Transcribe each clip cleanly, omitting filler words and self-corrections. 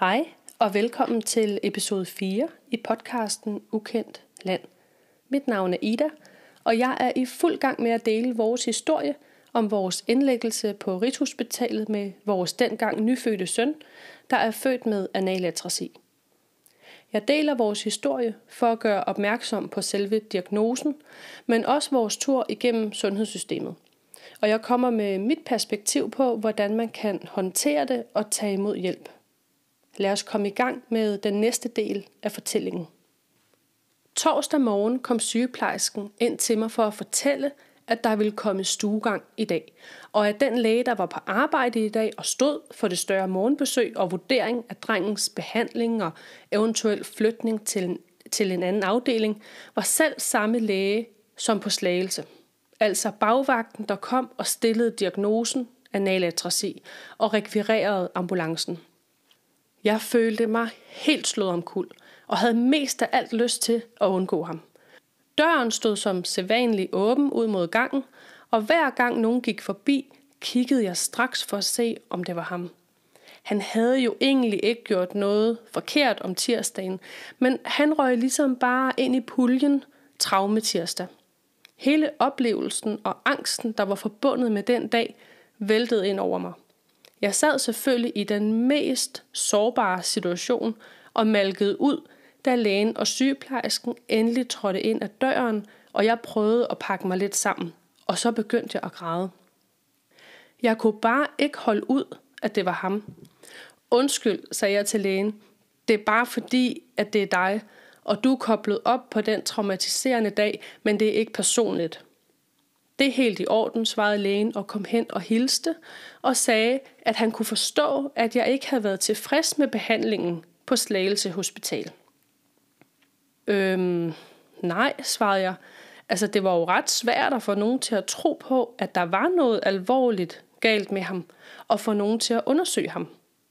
Hej og velkommen til episode 4 i podcasten Ukendt Land. Mit navn er Ida, og jeg er i fuld gang med at dele vores historie om vores indlæggelse på Rigshospitalet med vores dengang nyfødte søn, der er født med analatrasi. Jeg deler vores historie for at gøre opmærksom på selve diagnosen, men også vores tur igennem sundhedssystemet. Og jeg kommer med mit perspektiv på, hvordan man kan håndtere det og tage imod hjælp. Lad os komme i gang med den næste del af fortællingen. Torsdag morgen kom sygeplejersken ind til mig for at fortælle, at der ville komme stuegang i dag, og at den læge, der var på arbejde i dag og stod for det større morgenbesøg og vurdering af drengens behandling og eventuel flytning til en anden afdeling, var selv samme læge som på Slagelse. Altså bagvagten, der kom og stillede diagnosen analatrasi og rekvirerede ambulancen. Jeg følte mig helt slået omkuld og havde mest af alt lyst til at undgå ham. Døren stod som sædvanligt åben ud mod gangen, og hver gang nogen gik forbi, kiggede jeg straks for at se, om det var ham. Han havde jo egentlig ikke gjort noget forkert om tirsdagen, men han røg ligesom bare ind i puljen traumetirsdag. Hele oplevelsen og angsten, der var forbundet med den dag, væltede ind over mig. Jeg sad selvfølgelig i den mest sårbare situation og malkede ud, da lægen og sygeplejersken endelig trådte ind ad døren, og jeg prøvede at pakke mig lidt sammen, og så begyndte jeg at græde. Jeg kunne bare ikke holde ud, at det var ham. Undskyld, sagde jeg til lægen. Det er bare fordi, at det er dig, og du er koblet op på den traumatiserende dag, men det er ikke personligt. Det er helt i orden, svarede lægen og kom hen og hilste og sagde, at han kunne forstå, at jeg ikke havde været tilfreds med behandlingen på Slagelse Hospital. Nej, svarede jeg. Altså, det var jo ret svært at få nogen til at tro på, at der var noget alvorligt galt med ham, og få nogen til at undersøge ham.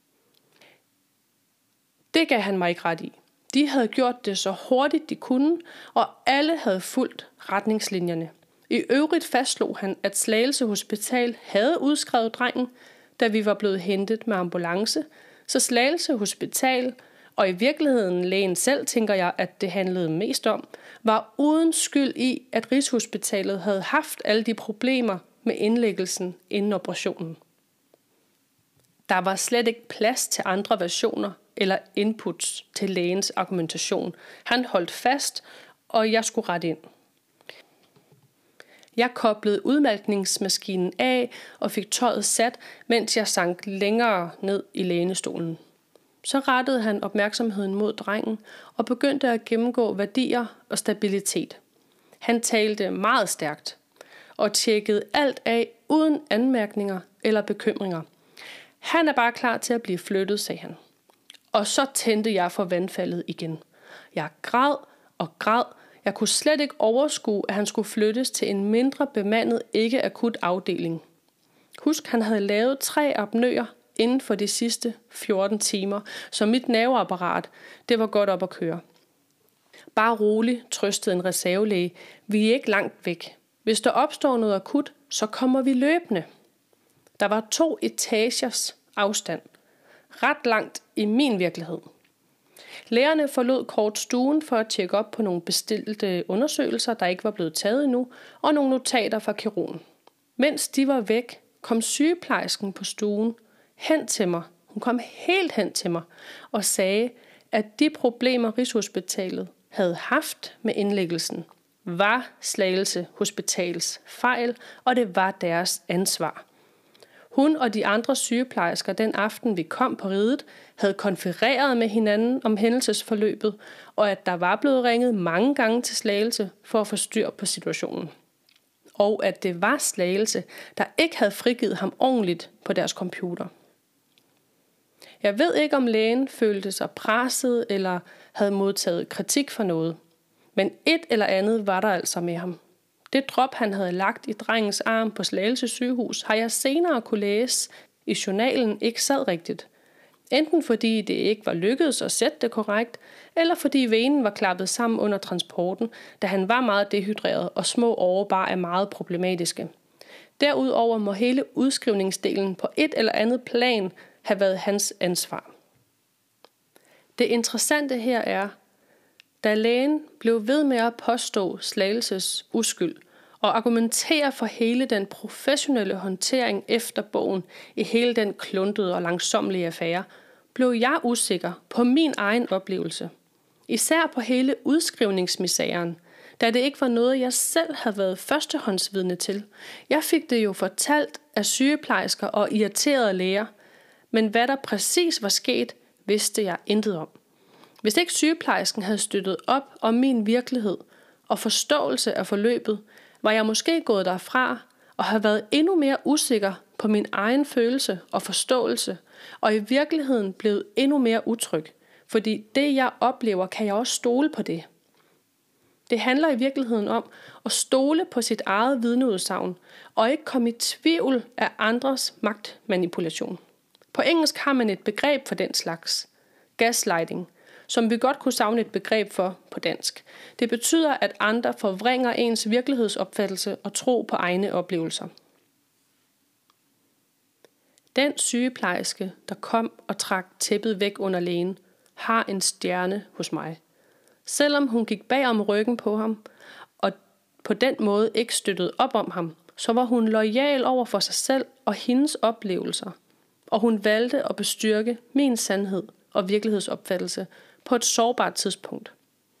Det gav han mig ikke ret i. De havde gjort det så hurtigt de kunne, og alle havde fulgt retningslinjerne. I øvrigt fastslog han, at Slagelse Hospital havde udskrevet drengen, da vi var blevet hentet med ambulance, så Slagelse Hospital, og i virkeligheden lægen selv, tænker jeg, at det handlede mest om, var uden skyld i, at Rigshospitalet havde haft alle de problemer med indlæggelsen inden operationen. Der var slet ikke plads til andre versioner eller inputs til lægens argumentation. Han holdt fast, og jeg skulle rette ind. Jeg koblede udmalkningsmaskinen af og fik tøjet sat, mens jeg sank længere ned i lænestolen. Så rettede han opmærksomheden mod drengen og begyndte at gennemgå værdier og stabilitet. Han talte meget stærkt og tjekkede alt af uden anmærkninger eller bekymringer. Han er bare klar til at blive flyttet, sagde han. Og så tændte jeg for vandfaldet igen. Jeg græd og græd. Jeg kunne slet ikke overskue, at han skulle flyttes til en mindre bemandet ikke-akut afdeling. Husk, han havde lavet 3 apnøer inden for de sidste 14 timer, så mit nerveapparat, det var godt op at køre. Bare rolig, trøstede en reservelæge. Vi er ikke langt væk. Hvis der opstår noget akut, så kommer vi løbende. Der var 2 etagers afstand. Ret langt i min virkelighed. Lægerne forlod kort stuen for at tjekke op på nogle bestilte undersøgelser, der ikke var blevet taget endnu, og nogle notater fra kirurgen. Mens de var væk, kom sygeplejersken på stuen hen til mig. Hun kom helt hen til mig og sagde, at de problemer Rigshospitalet havde haft med indlæggelsen, var Slagelse Hospitals fejl, og det var deres ansvar. Hun og de andre sygeplejersker den aften, vi kom på riget, havde konfereret med hinanden om hændelsesforløbet, og at der var blevet ringet mange gange til Slagelse for at få styr på situationen. Og at det var Slagelse, der ikke havde frigivet ham ordentligt på deres computer. Jeg ved ikke, om lægen følte sig presset eller havde modtaget kritik for noget, men et eller andet var der altså med ham. Det drop, han havde lagt i drengens arm på Slagelse sygehus, har jeg senere kunne læse i journalen ikke sad rigtigt. Enten fordi det ikke var lykkedes at sætte det korrekt, eller fordi venen var klappet sammen under transporten, da han var meget dehydreret, og små årer bare er meget problematiske. Derudover må hele udskrivningsdelen på et eller andet plan have været hans ansvar. Det interessante her er, da lægen blev ved med at påstå Slagelses uskyld og argumentere for hele den professionelle håndtering efter bogen i hele den kluntede og langsommelige affære, blev jeg usikker på min egen oplevelse. Især på hele udskrivningsmisæren, da det ikke var noget, jeg selv havde været førstehåndsvidne til. Jeg fik det jo fortalt af sygeplejersker og irriterede læger, men hvad der præcis var sket, vidste jeg intet om. Hvis ikke sygeplejersken havde støttet op om min virkelighed og forståelse af forløbet, var jeg måske gået derfra og havde været endnu mere usikker på min egen følelse og forståelse, og i virkeligheden blevet endnu mere utryg, fordi det jeg oplever, kan jeg også stole på det. Det handler i virkeligheden om at stole på sit eget vidneudsagn og ikke komme i tvivl af andres magtmanipulation. På engelsk har man et begreb for den slags, gaslighting, som vi godt kunne savne et begreb for på dansk. Det betyder, at andre forvrænger ens virkelighedsopfattelse og tro på egne oplevelser. Den sygeplejerske, der kom og trak tæppet væk under lægen, har en stjerne hos mig. Selvom hun gik bag om ryggen på ham, og på den måde ikke støttede op om ham, så var hun loyal over for sig selv og hendes oplevelser. Og hun valgte at bestyrke min sandhed og virkelighedsopfattelse på et sårbart tidspunkt.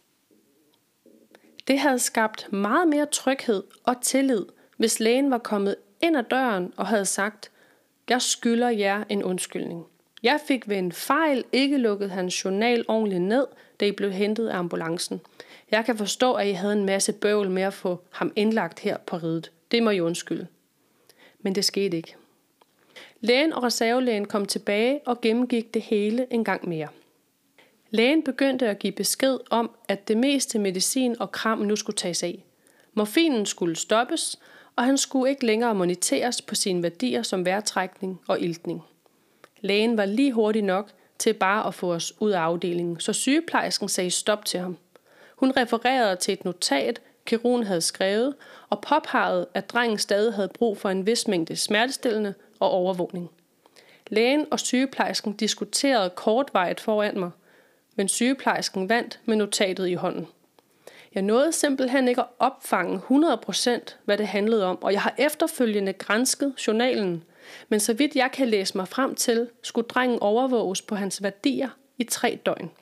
Det havde skabt meget mere tryghed og tillid, hvis lægen var kommet ind ad døren og havde sagt, jeg skylder jer en undskyldning. Jeg fik ved en fejl ikke lukket hans journal ordentligt ned, da I blev hentet af ambulancen. Jeg kan forstå, at I havde en masse bøvl med at få ham indlagt her på riget. Det må I undskylde. Men det skete ikke. Lægen og reservelægen kom tilbage og gennemgik det hele en gang mere. Lægen begyndte at give besked om, at det meste medicin og kram nu skulle tages af. Morfinen skulle stoppes, og han skulle ikke længere moniteres på sine værdier som vejrtrækning og iltning. Lægen var lige hurtig nok til bare at få os ud af afdelingen, så sygeplejersken sagde stop til ham. Hun refererede til et notat, kirurgen havde skrevet, og påpegede, at drengen stadig havde brug for en vis mængde smertestillende og overvågning. Lægen og sygeplejersken diskuterede kortvarigt foran mig, men sygeplejersken vandt med notatet i hånden. Jeg nåede simpelthen ikke at opfange 100%, hvad det handlede om, og jeg har efterfølgende gransket journalen, men så vidt jeg kan læse mig frem til, skulle drengen overvåges på hans værdier i 3 døgn.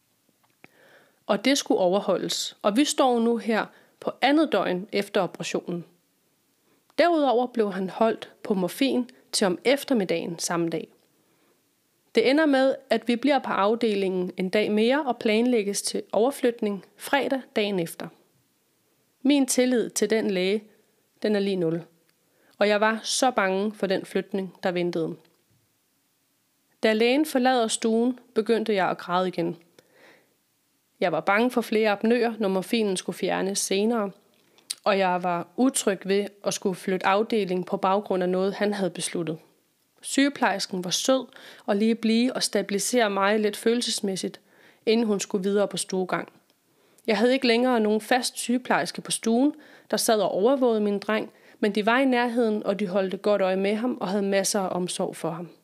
Og det skulle overholdes, og vi står nu her på 2. døgn efter operationen. Derudover blev han holdt på morfin til om eftermiddagen samme dag. Det ender med, at vi bliver på afdelingen en dag mere og planlægges til overflytning fredag dagen efter. Min tillid til den læge, den er lige 0. Og jeg var så bange for den flytning, der ventede. Da lægen forlader stuen, begyndte jeg at græde igen. Jeg var bange for flere apnøer, når morfinen skulle fjernes senere, og jeg var utryg ved at skulle flytte afdeling på baggrund af noget, han havde besluttet. Sygeplejersken var sød og lige blive og stabilisere mig lidt følelsesmæssigt, inden hun skulle videre på stuegang. Jeg havde ikke længere nogen fast sygeplejerske på stuen, der sad og overvågede min dreng, men de var i nærheden, og de holdte godt øje med ham og havde masser af omsorg for ham.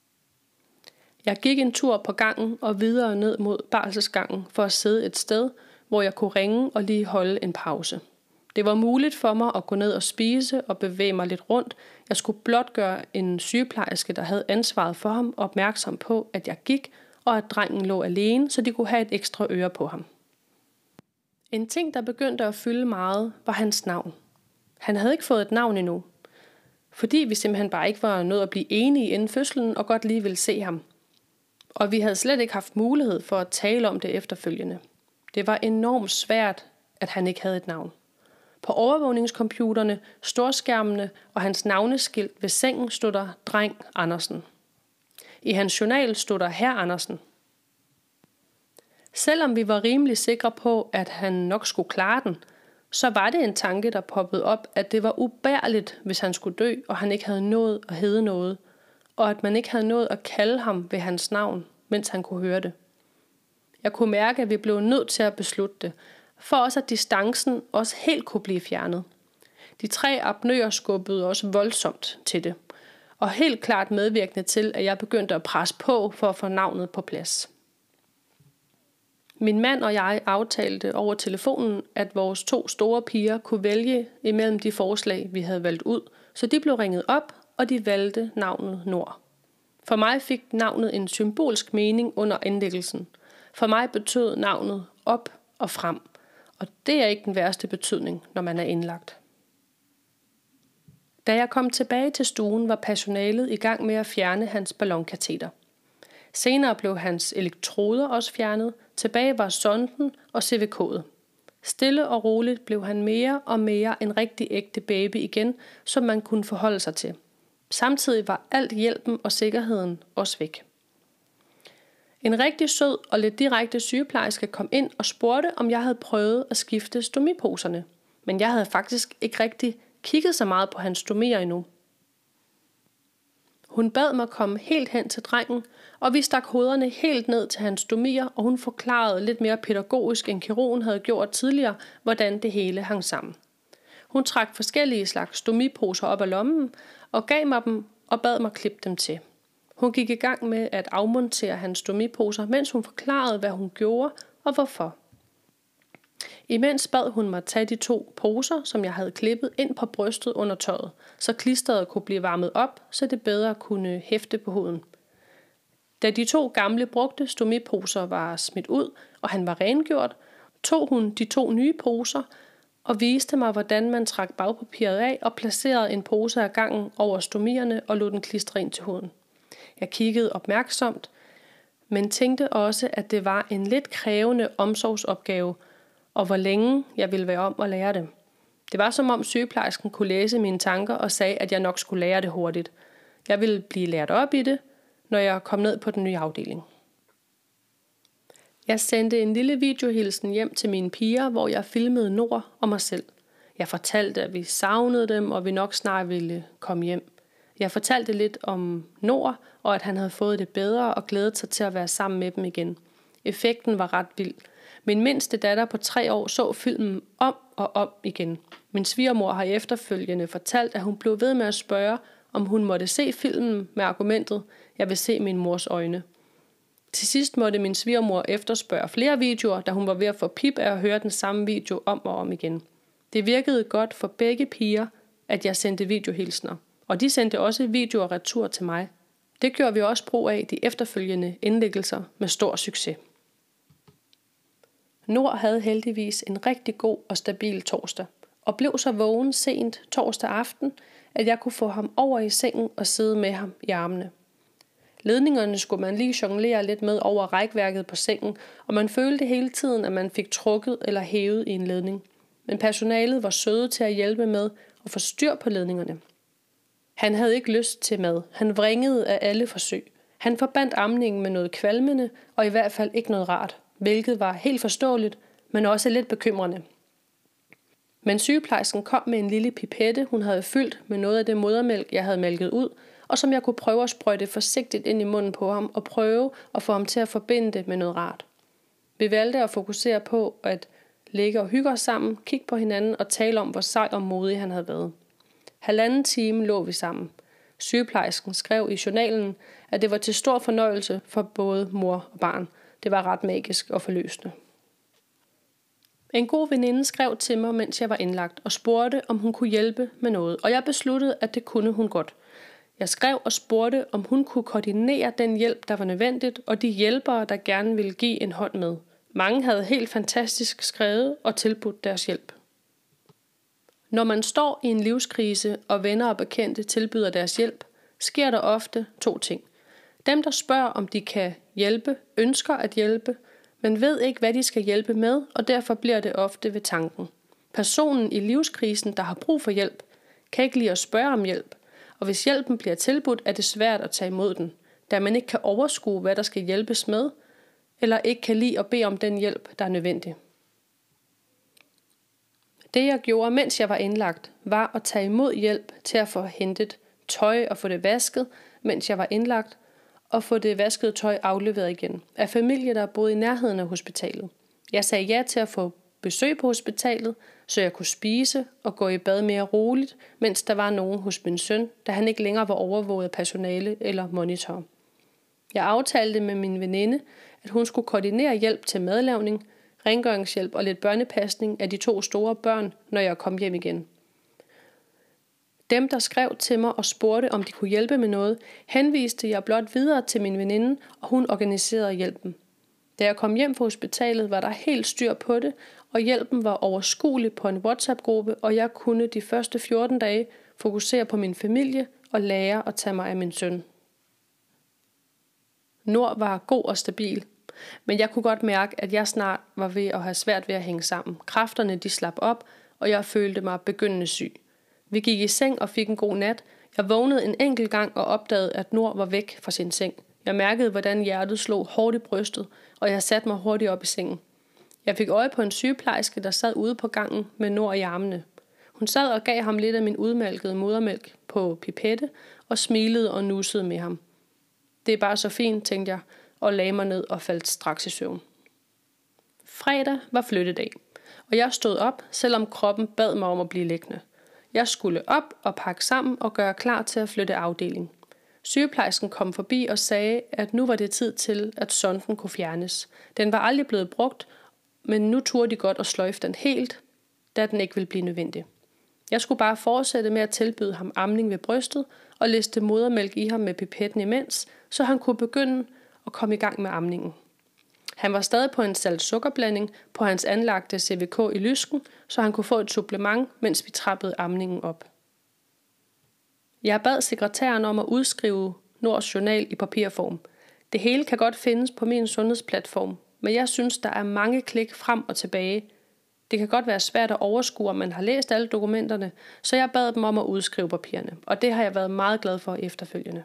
Jeg gik en tur på gangen og videre ned mod barselsgangen for at sidde et sted, hvor jeg kunne ringe og lige holde en pause. Det var muligt for mig at gå ned og spise og bevæge mig lidt rundt. Jeg skulle blot gøre en sygeplejerske, der havde ansvaret for ham, opmærksom på, at jeg gik, og at drengen lå alene, så de kunne have et ekstra øre på ham. En ting, der begyndte at fylde meget, var hans navn. Han havde ikke fået et navn endnu, fordi vi simpelthen bare ikke var nået at blive enige inden fødslen og godt lige ville se ham. Og vi havde slet ikke haft mulighed for at tale om det efterfølgende. Det var enormt svært, at han ikke havde et navn. På overvågningscomputerne, storskærmene og hans navneskilt ved sengen stod der dreng Andersen. I hans journal stod der herr Andersen. Selvom vi var rimelig sikre på, at han nok skulle klare den, så var det en tanke, der poppede op, at det var ubærligt, hvis han skulle dø, og han ikke havde nået at hedde noget, og at man ikke havde nået at kalde ham ved hans navn, mens han kunne høre det. Jeg kunne mærke, at vi blev nødt til at beslutte det, for også at distancen også helt kunne blive fjernet. De 3 apnøer skubbede også voldsomt til det, og helt klart medvirkende til, at jeg begyndte at presse på for at få navnet på plads. Min mand og jeg aftalte over telefonen, at vores 2 store piger kunne vælge imellem de forslag, vi havde valgt ud, så de blev ringet op, og de valgte navnet Nord. For mig fik navnet en symbolsk mening under indlæggelsen. For mig betød navnet op og frem, og det er ikke den værste betydning, når man er indlagt. Da jeg kom tilbage til stuen, var personalet i gang med at fjerne hans ballonkateter. Senere blev hans elektroder også fjernet. Tilbage var sonden og CVK'et. Stille og roligt blev han mere og mere en rigtig ægte baby igen, som man kunne forholde sig til. Samtidig var alt hjælpen og sikkerheden også væk. En rigtig sød og lidt direkte sygeplejerske kom ind og spurgte, om jeg havde prøvet at skifte stomiposerne. Men jeg havde faktisk ikke rigtig kigget så meget på hans stomier endnu. Hun bad mig komme helt hen til drengen, og vi stak hovederne helt ned til hans stomier, og hun forklarede lidt mere pædagogisk, end kirurgen havde gjort tidligere, hvordan det hele hang sammen. Hun trak forskellige slags stomiposer op af lommen, og gav mig dem og bad mig klippe dem til. Hun gik i gang med at afmontere hans stomiposer, mens hun forklarede, hvad hun gjorde og hvorfor. Imens bad hun mig tage de 2 poser, som jeg havde klippet, ind på brystet under tøjet, så klisteret kunne blive varmet op, så det bedre kunne hæfte på huden. Da de 2 gamle brugte stomiposer var smidt ud, og han var rengjort, tog hun de 2 nye poser og viste mig, hvordan man trak bagpapiret af og placerede en pose ad gangen over stomierne og lod den klistre ind til huden. Jeg kiggede opmærksomt, men tænkte også, at det var en lidt krævende omsorgsopgave, og hvor længe jeg ville være om at lære det. Det var som om sygeplejersken kunne læse mine tanker og sagde, at jeg nok skulle lære det hurtigt. Jeg ville blive lært op i det, når jeg kom ned på den nye afdeling. Jeg sendte en lille videohilsen hjem til mine piger, hvor jeg filmede Nord og mig selv. Jeg fortalte, at vi savnede dem, og vi nok snart ville komme hjem. Jeg fortalte lidt om Nord, og at han havde fået det bedre og glædet sig til at være sammen med dem igen. Effekten var ret vild. Min mindste datter på 3 år så filmen om og om igen. Min svigermor har efterfølgende fortalt, at hun blev ved med at spørge, om hun måtte se filmen med argumentet, jeg vil se min mors øjne. Til sidst måtte min svigermor efterspørge flere videoer, da hun var ved at få pip af at høre den samme video om og om igen. Det virkede godt for begge piger, at jeg sendte videohilsner, og de sendte også videoer retur til mig. Det gjorde vi også brug af de efterfølgende indlæggelser med stor succes. Nord havde heldigvis en rigtig god og stabil torsdag, og blev så vågen sent torsdag aften, at jeg kunne få ham over i sengen og sidde med ham i armene. Ledningerne skulle man lige jonglere lidt med over rækværket på sengen, og man følte hele tiden, at man fik trukket eller hævet i en ledning. Men personalet var søde til at hjælpe med at få styr på ledningerne. Han havde ikke lyst til mad. Han vringede af alle forsøg. Han forbandt amningen med noget kvalmende, og i hvert fald ikke noget rart, hvilket var helt forståeligt, men også lidt bekymrende. Men sygeplejersken kom med en lille pipette, hun havde fyldt med noget af det modermælk, jeg havde mælket ud, og som jeg kunne prøve at sprøjte forsigtigt ind i munden på ham og prøve at få ham til at forbinde det med noget rart. Vi valgte at fokusere på at ligge og hygge os sammen, kigge på hinanden og tale om, hvor sej og modig han havde været. 1,5 time lå vi sammen. Sygeplejersken skrev i journalen, at det var til stor fornøjelse for både mor og barn. Det var ret magisk og forløsende. En god veninde skrev til mig, mens jeg var indlagt, og spurgte, om hun kunne hjælpe med noget, og jeg besluttede, at det kunne hun godt. Jeg skrev og spurgte, om hun kunne koordinere den hjælp, der var nødvendigt, og de hjælpere, der gerne ville give en hånd med. Mange havde helt fantastisk skrevet og tilbudt deres hjælp. Når man står i en livskrise, og venner og bekendte tilbyder deres hjælp, sker der ofte 2 ting. Dem, der spørger, om de kan hjælpe, ønsker at hjælpe, men ved ikke, hvad de skal hjælpe med, og derfor bliver det ofte ved tanken. Personen i livskrisen, der har brug for hjælp, kan ikke lide at spørge om hjælp, og hvis hjælpen bliver tilbudt, er det svært at tage imod den, da man ikke kan overskue, hvad der skal hjælpes med, eller ikke kan lide at bede om den hjælp, der er nødvendig. Det jeg gjorde, mens jeg var indlagt, var at tage imod hjælp til at få hentet tøj og få det vasket, mens jeg var indlagt, og få det vaskede tøj afleveret igen af familie, der boede i nærheden af hospitalet. Jeg sagde ja til at få besøg på hospitalet, så jeg kunne spise og gå i bad mere roligt, mens der var nogen hos min søn, da han ikke længere var overvåget af personale eller monitor. Jeg aftalte med min veninde, at hun skulle koordinere hjælp til madlavning, rengøringshjælp og lidt børnepasning af de 2 store børn, når jeg kom hjem igen. Dem, der skrev til mig og spurgte, om de kunne hjælpe med noget, henviste jeg blot videre til min veninde, og hun organiserede hjælpen. Da jeg kom hjem fra hospitalet, var der helt styr på det, og hjælpen var overskuelig på en WhatsApp-gruppe, og jeg kunne de første 14 dage fokusere på min familie og lære at tage mig af min søn. Nord var god og stabil, men jeg kunne godt mærke, at jeg snart var ved at have svært ved at hænge sammen. Kræfterne de slap op, og jeg følte mig begyndende syg. Vi gik i seng og fik en god nat. Jeg vågnede en enkelt gang og opdagede, at Nord var væk fra sin seng. Jeg mærkede, hvordan hjertet slog hårdt i brystet, og jeg satte mig hurtigt op i sengen. Jeg fik øje på en sygeplejerske, der sad ude på gangen med Nord i armene. Hun sad og gav ham lidt af min udmælkede modermælk på pipette og smilede og nussede med ham. Det er bare så fint, tænkte jeg, og lagde mig ned og faldt straks i søvn. Fredag var flyttedag, og jeg stod op, selvom kroppen bad mig om at blive liggende. Jeg skulle op og pakke sammen og gøre klar til at flytte afdeling. Sygeplejersken kom forbi og sagde, at nu var det tid til, at sonden kunne fjernes. Den var aldrig blevet brugt, men nu turde de godt at sløjfe den helt, da den ikke ville blive nødvendig. Jeg skulle bare fortsætte med at tilbyde ham amning ved brystet og liste modermælk i ham med pipetten imens, så han kunne begynde at komme i gang med amningen. Han var stadig på en salt-sukkerblanding på hans anlagte CVK i lysken, så han kunne få et supplement, mens vi trappede amningen op. Jeg bad sekretæren om at udskrive Nords journal i papirform. Det hele kan godt findes på min sundhedsplatform, men jeg synes, der er mange klik frem og tilbage. Det kan godt være svært at overskue, om man har læst alle dokumenterne, så jeg bad dem om at udskrive papirerne, og det har jeg været meget glad for efterfølgende.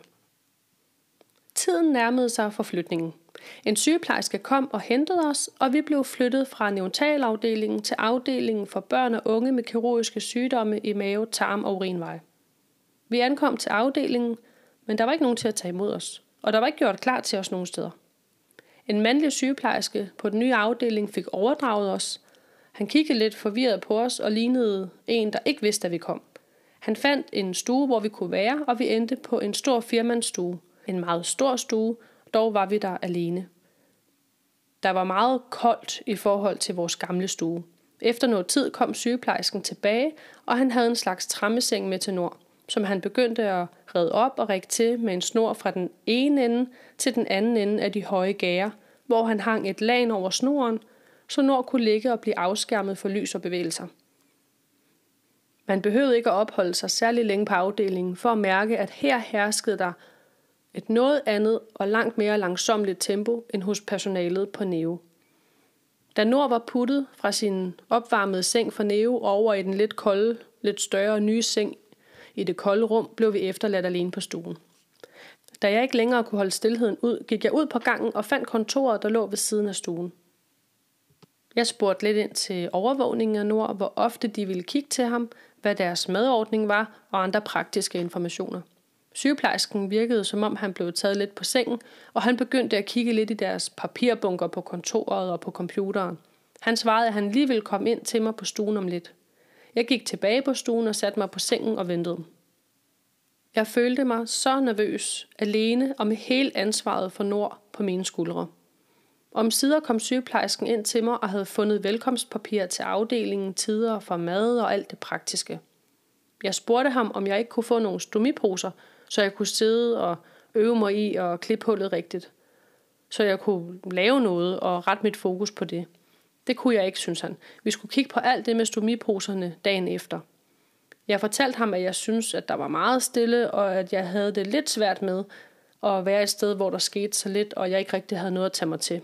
Tiden nærmede sig for flytningen. En sygeplejerske kom og hentede os, og vi blev flyttet fra neonatalafdelingen til afdelingen for børn og unge med kirurgiske sygdomme i mave, tarm og urinvej. Vi ankom til afdelingen, men der var ikke nogen til at tage imod os, og der var ikke gjort klar til os nogen steder. En mandlig sygeplejerske på den nye afdeling fik overdraget os. Han kiggede lidt forvirret på os og lignede en, der ikke vidste, at vi kom. Han fandt en stue, hvor vi kunne være, og vi endte på en stor firmandsstue. En meget stor stue, dog var vi der alene. Der var meget koldt i forhold til vores gamle stue. Efter noget tid kom sygeplejersken tilbage, og han havde en slags trammeseng med til Nord, som han begyndte at redde op og række til med en snor fra den ene ende til den anden ende af de høje gærder, hvor han hang et lag over snoren, så Nord kunne ligge og blive afskærmet for lys og bevægelser. Man behøvede ikke at opholde sig særlig længe på afdelingen for at mærke, at her herskede der et noget andet og langt mere langsommeligt tempo end hos personalet på Neo. Da Nord var puttet fra sin opvarmede seng for Neo over i den lidt kolde, lidt større nye seng i det kolde rum, blev vi efterladt alene på stuen. Da jeg ikke længere kunne holde stilheden ud, gik jeg ud på gangen og fandt kontoret, der lå ved siden af stuen. Jeg spurgte lidt ind til overvågningen af Nord, hvor ofte de ville kigge til ham, hvad deres madordning var og andre praktiske informationer. Sygeplejersken virkede, som om han blev taget lidt på sengen, og han begyndte at kigge lidt i deres papirbunker på kontoret og på computeren. Han svarede, at han lige ville komme ind til mig på stuen om lidt. Jeg gik tilbage på stuen og satte mig på sengen og ventede. Jeg følte mig så nervøs, alene og med hele ansvaret for Nord på mine skuldre. Omsider kom sygeplejersken ind til mig og havde fundet velkomstpapir til afdelingen, tider for mad og alt det praktiske. Jeg spurgte ham, om jeg ikke kunne få nogle stomiposer, så jeg kunne sidde og øve mig i at klippe hullet rigtigt. Så jeg kunne lave noget og rette mit fokus på det. Det kunne jeg ikke, synes han. Vi skulle kigge på alt det med stomiposerne dagen efter. Jeg fortalte ham, at jeg synes, at der var meget stille, og at jeg havde det lidt svært med at være et sted, hvor der skete så lidt, og jeg ikke rigtig havde noget at tage mig til.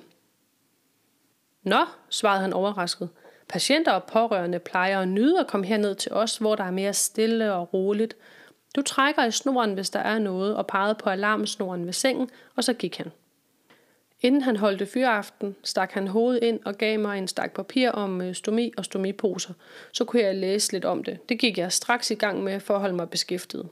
Nå, svarede han overrasket. Patienter og pårørende plejer at nyde at komme herned til os, hvor der er mere stille og roligt. Du trækker i snoren, hvis der er noget, og pegede på alarmsnoren ved sengen, og så gik han. Inden han holdte fyraften, stak han hovedet ind og gav mig en stak papir om stomi og stomiposer. Så kunne jeg læse lidt om det. Det gik jeg straks i gang med for at holde mig beskæftiget.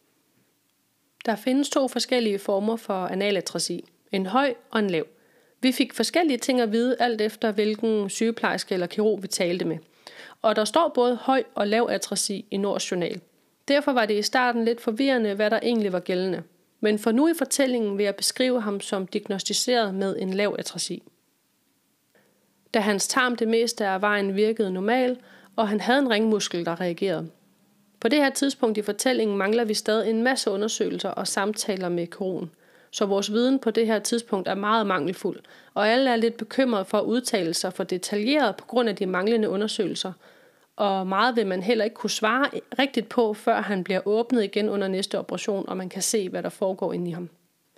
Der findes 2 forskellige former for analatræsi. En høj og en lav. Vi fik forskellige ting at vide, alt efter hvilken sygeplejerske eller kirurg vi talte med. Og der står både høj og lav atræsi i Nords journal. Derfor var det i starten lidt forvirrende, hvad der egentlig var gældende. Men for nu i fortællingen vil jeg beskrive ham som diagnosticeret med en lav atresi. Da hans tarm det meste af vejen virkede normal, og han havde en ringmuskel, der reagerede. På det her tidspunkt i fortællingen mangler vi stadig en masse undersøgelser og samtaler med kirurgen, så vores viden på det her tidspunkt er meget mangelfuld, og alle er lidt bekymrede for at udtale sig for detaljeret på grund af de manglende undersøgelser, og meget vil man heller ikke kunne svare rigtigt på, før han bliver åbnet igen under næste operation, og man kan se, hvad der foregår inde i ham.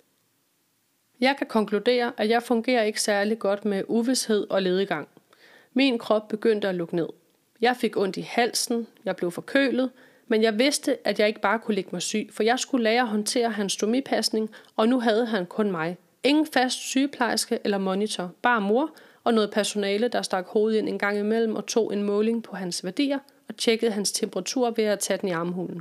Jeg kan konkludere, at jeg fungerer ikke særlig godt med uvished og lediggang. Min krop begyndte at lukke ned. Jeg fik ondt i halsen, jeg blev forkølet, men jeg vidste, at jeg ikke bare kunne ligge mig syg, for jeg skulle lære at håndtere hans stomipasning, og nu havde han kun mig. Ingen fast sygeplejerske eller monitor, bare mor og noget personale, der stak hovedet ind en gang imellem og tog en måling på hans værdier og tjekkede hans temperatur ved at tage den i armhulen.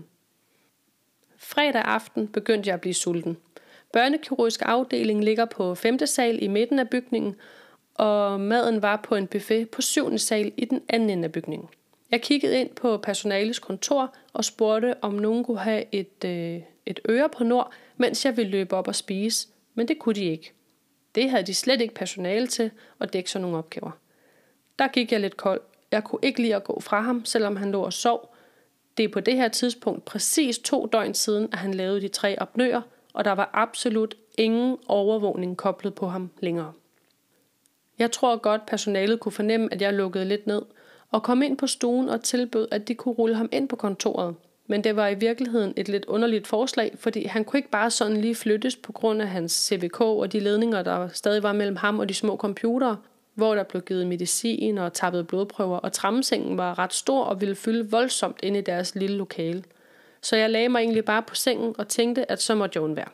Fredag aften begyndte jeg at blive sulten. Børnekirurgisk afdeling ligger på 5. sal i midten af bygningen, og maden var på en buffet på 7. sal i den anden ende af bygningen. Jeg kiggede ind på personalets kontor og spurgte, om nogen kunne have et øre på nord, mens jeg ville løbe op og spise, men det kunne de ikke. Det havde de slet ikke personale til at dække sådan nogle opgaver. Der gik jeg lidt kold. Jeg kunne ikke lide at gå fra ham, selvom han lå og sov. Det er på det her tidspunkt præcis 2 døgn siden, at han lavede de 3 apnøer, og der var absolut ingen overvågning koblet på ham længere. Jeg tror godt, personalet kunne fornemme, at jeg lukkede lidt ned, og kom ind på stuen og tilbød, at de kunne rulle ham ind på kontoret. Men det var i virkeligheden et lidt underligt forslag, fordi han kunne ikke bare sådan lige flyttes på grund af hans CVK og de ledninger, der stadig var mellem ham og de små computere, hvor der blev givet medicin og tappet blodprøver, og trammesengen var ret stor og ville fylde voldsomt ind i deres lille lokale. Så jeg lagde mig egentlig bare på sengen og tænkte, at så måtte jeg undvære.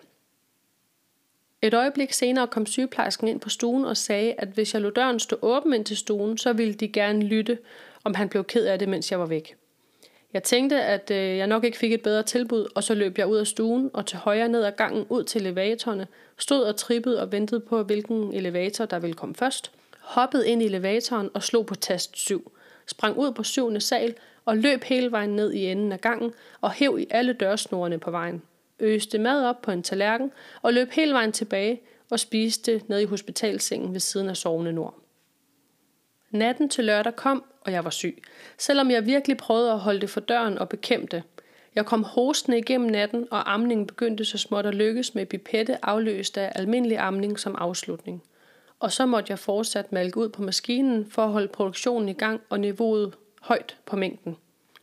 Et øjeblik senere kom sygeplejersken ind på stuen og sagde, at hvis jeg lod døren stå åben ind til stuen, så ville de gerne lytte, om han blev ked af det, mens jeg var væk. Jeg tænkte, at jeg nok ikke fik et bedre tilbud, og så løb jeg ud af stuen og til højre ned ad gangen ud til elevatorerne, stod og trippede og ventede på, hvilken elevator der ville komme først, hoppede ind i elevatoren og slog på tast 7, sprang ud på 7. sal og løb hele vejen ned i enden af gangen og hev i alle dørsnorene på vejen. Øste mad op på en tallerken og løb hele vejen tilbage og spiste ned i hospitalsengen ved siden af sovende Nord. Natten til lørdag kom, og jeg var syg, selvom jeg virkelig prøvede at holde det for døren og bekæmpe det. Jeg kom hostende igennem natten, og amningen begyndte så småt at lykkes med pipette afløst af almindelig amning som afslutning. Og så måtte jeg fortsat malke ud på maskinen for at holde produktionen i gang og niveauet højt på mængden.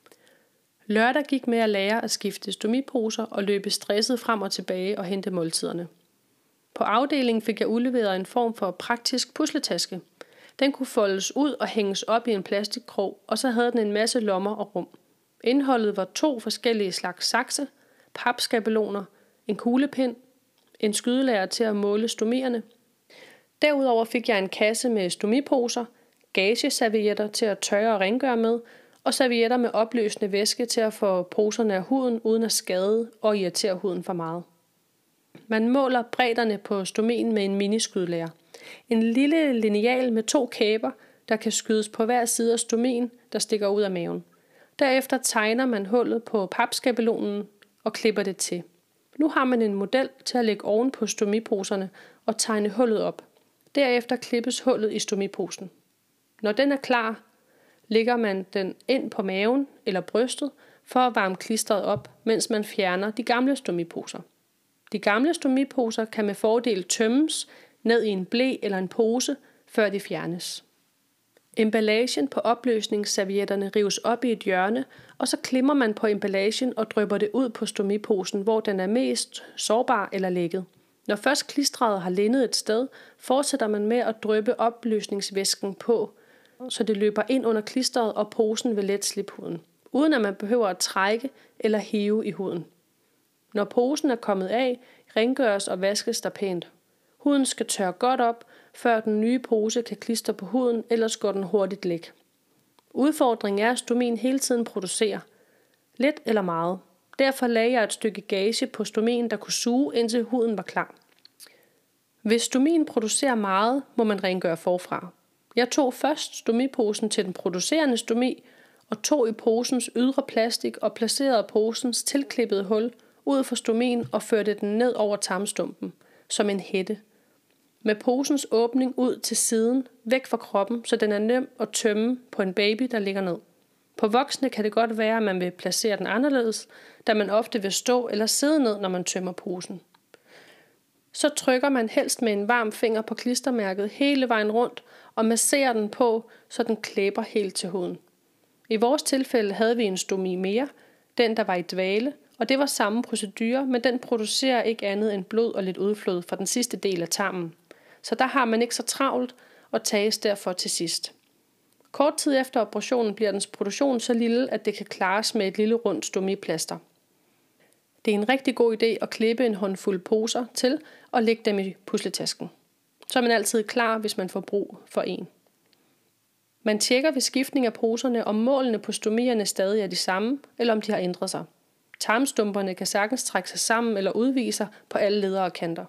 Lørdag gik med at lære at skifte stomiposer og løbe stresset frem og tilbage og hente måltiderne. På afdelingen fik jeg udleveret en form for praktisk pusletaske. Den kunne foldes ud og hænges op i en plastikkrog, og så havde den en masse lommer og rum. Indholdet var 2 forskellige slags sakse, papskabeloner, en kuglepind, en skydelærer til at måle stomierne. Derudover fik jeg en kasse med stomiposer, gageservietter til at tørre og rengøre med, og servietter med opløsende væske til at få poserne af huden uden at skade og irritere huden for meget. Man måler bredderne på stomien med en miniskydelærer. En lille lineal med 2 kæber, der kan skydes på hver side af stomien, der stikker ud af maven. Derefter tegner man hullet på papskabelonen og klipper det til. Nu har man en model til at lægge oven på stomiposerne og tegne hullet op. Derefter klippes hullet i stomiposen. Når den er klar, lægger man den ind på maven eller brystet for at varme klistret op, mens man fjerner de gamle stomiposer. De gamle stomiposer kan med fordel tømmes ned i en ble eller en pose, før de fjernes. Emballagen på opløsningsservietterne rives op i et hjørne, og så klemmer man på emballagen og drypper det ud på stomiposen, hvor den er mest sårbar eller lækket. Når først klistret har lindet et sted, fortsætter man med at dryppe opløsningsvæsken på, så det løber ind under klistret, og posen vil let slippe huden, uden at man behøver at trække eller hive i huden. Når posen er kommet af, rengøres og vaskes der pænt. Huden skal tørre godt op, før den nye pose kan klistre på huden, ellers går den hurtigt læk. Udfordringen er, at stomin hele tiden producerer. Lidt eller meget. Derfor lagde jeg et stykke gage på stomin, der kunne suge, indtil huden var klar. Hvis stomin producerer meget, må man rengøre forfra. Jeg tog først stomiposen til den producerende stomi, og tog i posens ydre plastik og placerede posens tilklippede hul ud for stomien og førte den ned over tarmstumpen, som en hætte. Med posens åbning ud til siden, væk fra kroppen, så den er nem at tømme på en baby, der ligger ned. På voksne kan det godt være, at man vil placere den anderledes, da man ofte vil stå eller sidde ned, når man tømmer posen. Så trykker man helst med en varm finger på klistermærket hele vejen rundt og masserer den på, så den klæber helt til huden. I vores tilfælde havde vi en stomi mere, den der var i dvale, og det var samme procedure, men den producerer ikke andet end blod og lidt udflod fra den sidste del af tarmen. Så der har man ikke så travlt og tages derfor til sidst. Kort tid efter operationen bliver dens produktion så lille, at det kan klares med et lille rundt stomiplaster. Det er en rigtig god idé at klippe en håndfuld poser til og lægge dem i pusletasken. Så er man altid klar, hvis man får brug for en. Man tjekker ved skiftning af poserne, om målene på stomierne stadig er de samme, eller om de har ændret sig. Tarmstumperne kan sagtens trække sig sammen eller udvide sig på alle ledder og kanter.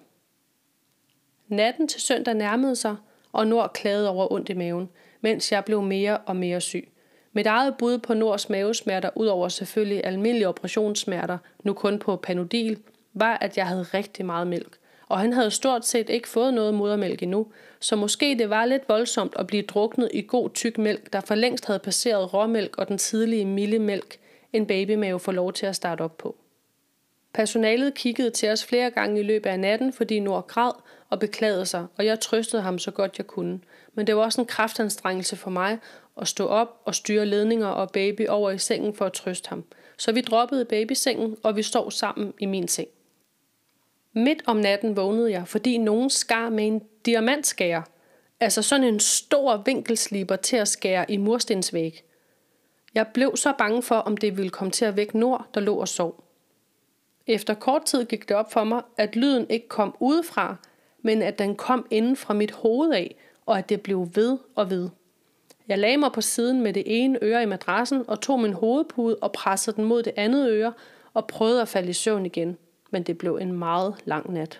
Natten til søndag nærmede sig, og Nord klagede over ondt i maven, mens jeg blev mere og mere syg. Mit eget bud på Nords mavesmerter, udover selvfølgelig almindelige operationssmerter, nu kun på Panodil, var, at jeg havde rigtig meget mælk. Og han havde stort set ikke fået noget modermælk endnu, så måske det var lidt voldsomt at blive druknet i god tyk mælk, der for længst havde passeret råmælk og den tidlige milde mælk, en babymave får lov til at starte op på. Personalet kiggede til os flere gange i løbet af natten, fordi Nord græd og beklagede sig, og jeg trøstede ham så godt jeg kunne. Men det var også en kraftanstrengelse for mig at stå op og styre ledninger og baby over i sengen for at trøste ham. Så vi droppede babysengen, og vi sov sammen i min seng. Midt om natten vågnede jeg, fordi nogen skar med en diamantskærer. Altså sådan en stor vinkelsliber til at skære i murstensvæg. Jeg blev så bange for, om det ville komme til at vække Nord, der lå og sov. Efter kort tid gik det op for mig, at lyden ikke kom udefra, men at den kom inden fra mit hoved af, og at det blev ved og ved. Jeg lagde mig på siden med det ene øre i madrassen og tog min hovedpude og pressede den mod det andet øre og prøvede at falde i søvn igen, men det blev en meget lang nat.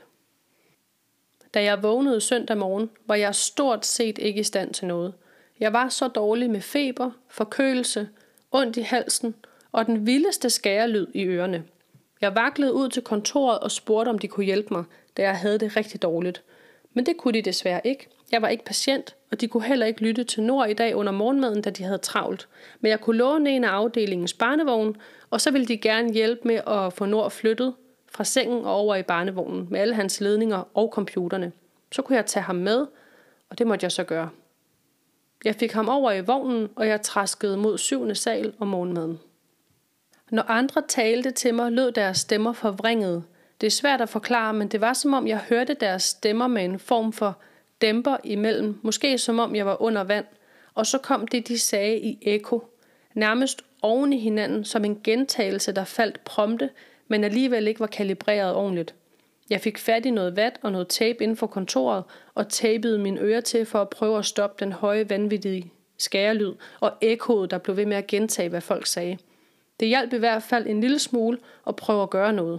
Da jeg vågnede søndag morgen, var jeg stort set ikke i stand til noget. Jeg var så dårlig med feber, forkølelse, ondt i halsen og den vildeste skærelyd i ørerne. Jeg vaklede ud til kontoret og spurgte, om de kunne hjælpe mig, da jeg havde det rigtig dårligt. Men det kunne de desværre ikke. Jeg var ikke patient, og de kunne heller ikke lytte til Nord i dag under morgenmaden, da de havde travlt. Men jeg kunne låne en af afdelingens barnevogn, og så ville de gerne hjælpe med at få Nord flyttet fra sengen og over i barnevognen med alle hans ledninger og computerne. Så kunne jeg tage ham med, og det måtte jeg så gøre. Jeg fik ham over i vognen, og jeg traskede mod 7. sal og morgenmaden. Når andre talte til mig, lød deres stemmer forvrængede. Det er svært at forklare, men det var som om jeg hørte deres stemmer med en form for dæmper imellem, måske som om jeg var under vand, og så kom det, de sagde i ekko, nærmest oven i hinanden som en gentagelse, der faldt prompte, men alligevel ikke var kalibreret ordentligt. Jeg fik fat i noget vat og noget tape inden for kontoret, og tapede mine ører til for at prøve at stoppe den høje, vanvittige skærelyd, og ekkoet, der blev ved med at gentage, hvad folk sagde. Det hjalp i hvert fald en lille smule at prøve at gøre noget.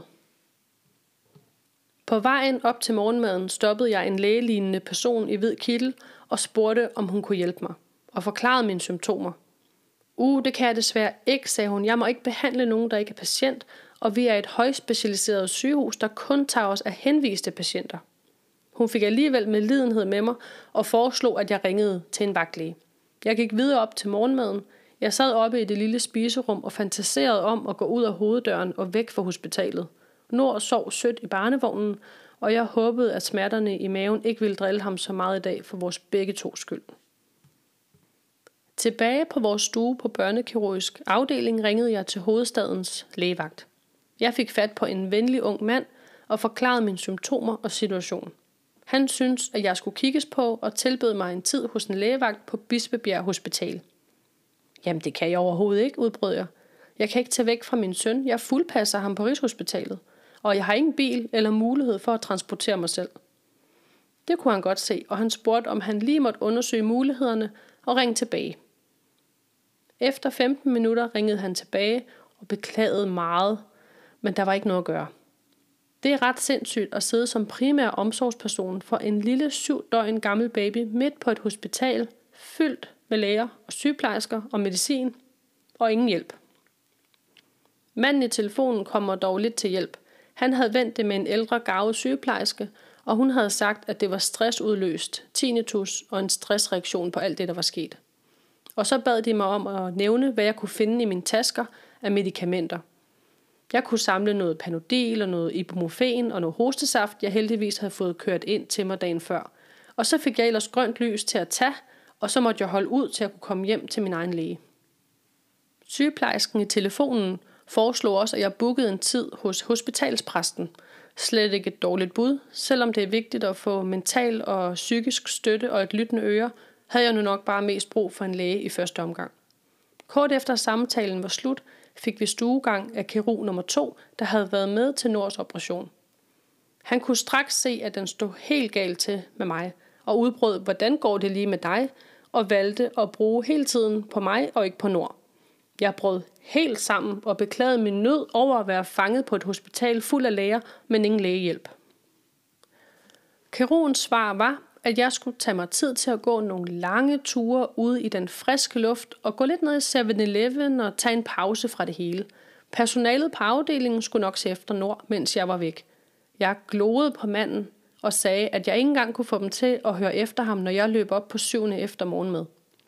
På vejen op til morgenmaden stoppede jeg en lægelignende person i hvid kittel og spurgte, om hun kunne hjælpe mig, og forklarede mine symptomer. Det kan jeg desværre ikke, sagde hun. Jeg må ikke behandle nogen, der ikke er patient, og vi er et højspecialiseret sygehus, der kun tager os af henviste patienter. Hun fik alligevel medlidenhed med mig og foreslog, at jeg ringede til en vagtlæge. Jeg gik videre op til morgenmaden. Jeg sad oppe i det lille spiserum og fantaserede om at gå ud af hoveddøren og væk fra hospitalet. Nord sov sødt i barnevognen, og jeg håbede, at smerterne i maven ikke ville drille ham så meget i dag for vores begge to skyld. Tilbage på vores stue på børnekirurgisk afdeling ringede jeg til hovedstadens lægevagt. Jeg fik fat på en venlig ung mand og forklarede mine symptomer og situation. Han syntes, at jeg skulle kigges på og tilbød mig en tid hos en lægevagt på Bispebjerg Hospital. Jamen det kan jeg overhovedet ikke, udbrød jeg. Jeg kan ikke tage væk fra min søn. Jeg fuldpasser ham på Rigshospitalet, og jeg har ingen bil eller mulighed for at transportere mig selv. Det kunne han godt se, og han spurgte, om han lige måtte undersøge mulighederne og ringe tilbage. Efter 15 minutter ringede han tilbage og beklagede meget, men der var ikke noget at gøre. Det er ret sindssygt at sidde som primær omsorgsperson for en lille 7 døgn gammel baby midt på et hospital, fyldt med læger og sygeplejersker og medicin, og ingen hjælp. Manden i telefonen kommer dog lidt til hjælp. Han havde vendt det med en ældre garvet sygeplejerske, og hun havde sagt, at det var stressudløst, tinnitus og en stressreaktion på alt det, der var sket. Og så bad de mig om at nævne, hvad jeg kunne finde i mine tasker af medicamenter. Jeg kunne samle noget Panodil og noget Ibuprofen og noget hostesaft, jeg heldigvis havde fået kørt ind til mig dagen før. Og så fik jeg ellers grønt lys til at tage, og så måtte jeg holde ud til at kunne komme hjem til min egen læge. Sygeplejersken i telefonen foreslog også, at jeg bookede en tid hos hospitalspræsten. Slet ikke et dårligt bud, selvom det er vigtigt at få mental og psykisk støtte og et lyttende øre, havde jeg nu nok bare mest brug for en læge i første omgang. Kort efter samtalen var slut, fik vi stuegang af kirurg nummer 2, der havde været med til Nords operation. Han kunne straks se, at den stod helt galt til med mig, og udbrød, hvordan går det lige med dig, og valgte at bruge hele tiden på mig og ikke på Nord. Jeg brød helt sammen og beklagede min nød over at være fanget på et hospital fuld af læger, men ingen lægehjælp. Kirurgens svar var, at jeg skulle tage mig tid til at gå nogle lange ture ude i den friske luft og gå lidt ned i 7-Eleven og tage en pause fra det hele. Personalet på afdelingen skulle nok se efter Nord, mens jeg var væk. Jeg gloede på manden og sagde, at jeg ikke engang kunne få dem til at høre efter ham, når jeg løb op på 7. eftermorgen med.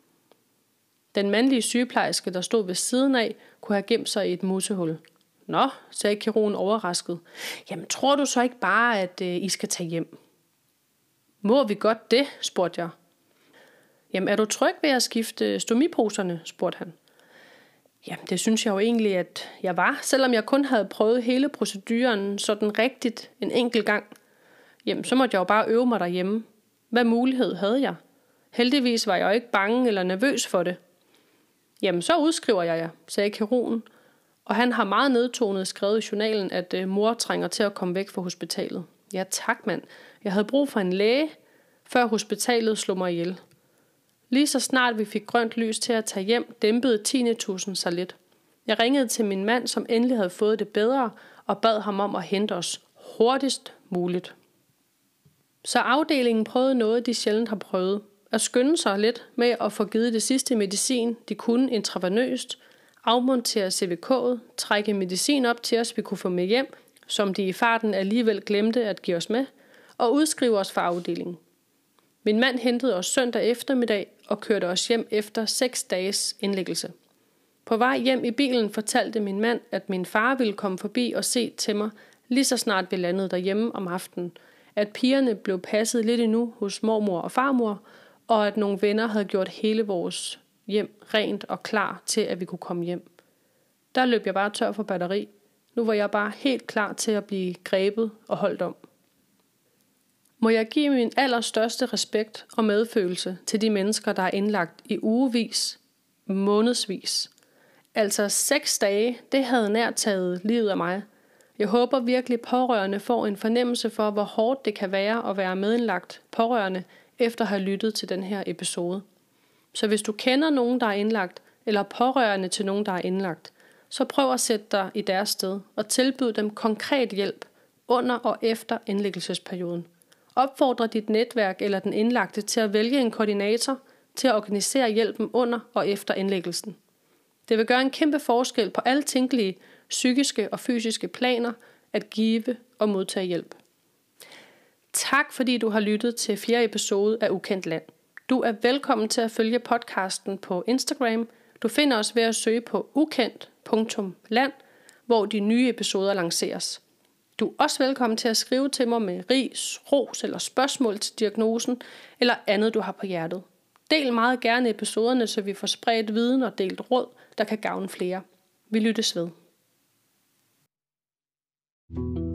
Den mandlige sygeplejerske, der stod ved siden af, kunne have gemt sig i et musehul. Nå, sagde kirurgen overrasket. Jamen, tror du så ikke bare, at I skal tage hjem? Må vi godt det, spurgte jeg. Jamen, er du tryg ved at skifte stomiposerne, spurgte han. Jamen, det synes jeg jo egentlig, at jeg var, selvom jeg kun havde prøvet hele proceduren sådan rigtigt en enkelt gang. Jamen, så måtte jeg jo bare øve mig derhjemme. Hvad mulighed havde jeg? Heldigvis var jeg jo ikke bange eller nervøs for det. Jamen, så udskriver jeg jer, sagde kirurgen, og han har meget nedtonet skrevet i journalen, at mor trænger til at komme væk fra hospitalet. Ja tak, mand. Jeg havde brug for en læge, før hospitalet slog mig ihjel. Lige så snart vi fik grønt lys til at tage hjem, dæmpede tinnitusen sig lidt. Jeg ringede til min mand, som endelig havde fået det bedre, og bad ham om at hente os hurtigst muligt. Så afdelingen prøvede noget, de sjældent har prøvet. At skynde sig lidt med at få givet det sidste medicin, de kunne intravenøst, afmontere CVK'et, trække medicin op til os, vi kunne få med hjem, som de i farten alligevel glemte at give os med, og udskrive os fra afdelingen. Min mand hentede os søndag eftermiddag og kørte os hjem efter 6 dages indlæggelse. På vej hjem i bilen fortalte min mand, at min far ville komme forbi og se til mig, lige så snart vi landede derhjemme om aftenen, at pigerne blev passet lidt endnu hos mormor og farmor, og at nogle venner havde gjort hele vores hjem rent og klar til, at vi kunne komme hjem. Der løb jeg bare tør for batteri. Nu var jeg bare helt klar til at blive grebet og holdt om. Må jeg give min allerstørste respekt og medfølelse til de mennesker, der er indlagt i ugevis, månedsvis. Altså 6 dage, det havde nær taget livet af mig. Jeg håber virkelig, pårørende får en fornemmelse for, hvor hårdt det kan være at være medindlagt pårørende, efter at have lyttet til den her episode. Så hvis du kender nogen, der er indlagt, eller pårørende til nogen, der er indlagt, så prøv at sætte dig i deres sted og tilbyde dem konkret hjælp under og efter indlæggelsesperioden. Opfordre dit netværk eller den indlagte til at vælge en koordinator til at organisere hjælpen under og efter indlæggelsen. Det vil gøre en kæmpe forskel på alle tænkelige psykiske og fysiske planer at give og modtage hjælp. Tak fordi du har lyttet til 4. episode af Ukendt Land. Du er velkommen til at følge podcasten på Instagram. Du finder os ved at søge på ukendt.land, hvor de nye episoder lanceres. Du er også velkommen til at skrive til mig med ris, ros eller spørgsmål til diagnosen, eller andet du har på hjertet. Del meget gerne episoderne, så vi får spredt viden og delt råd, der kan gavne flere. Vi lyttes ved.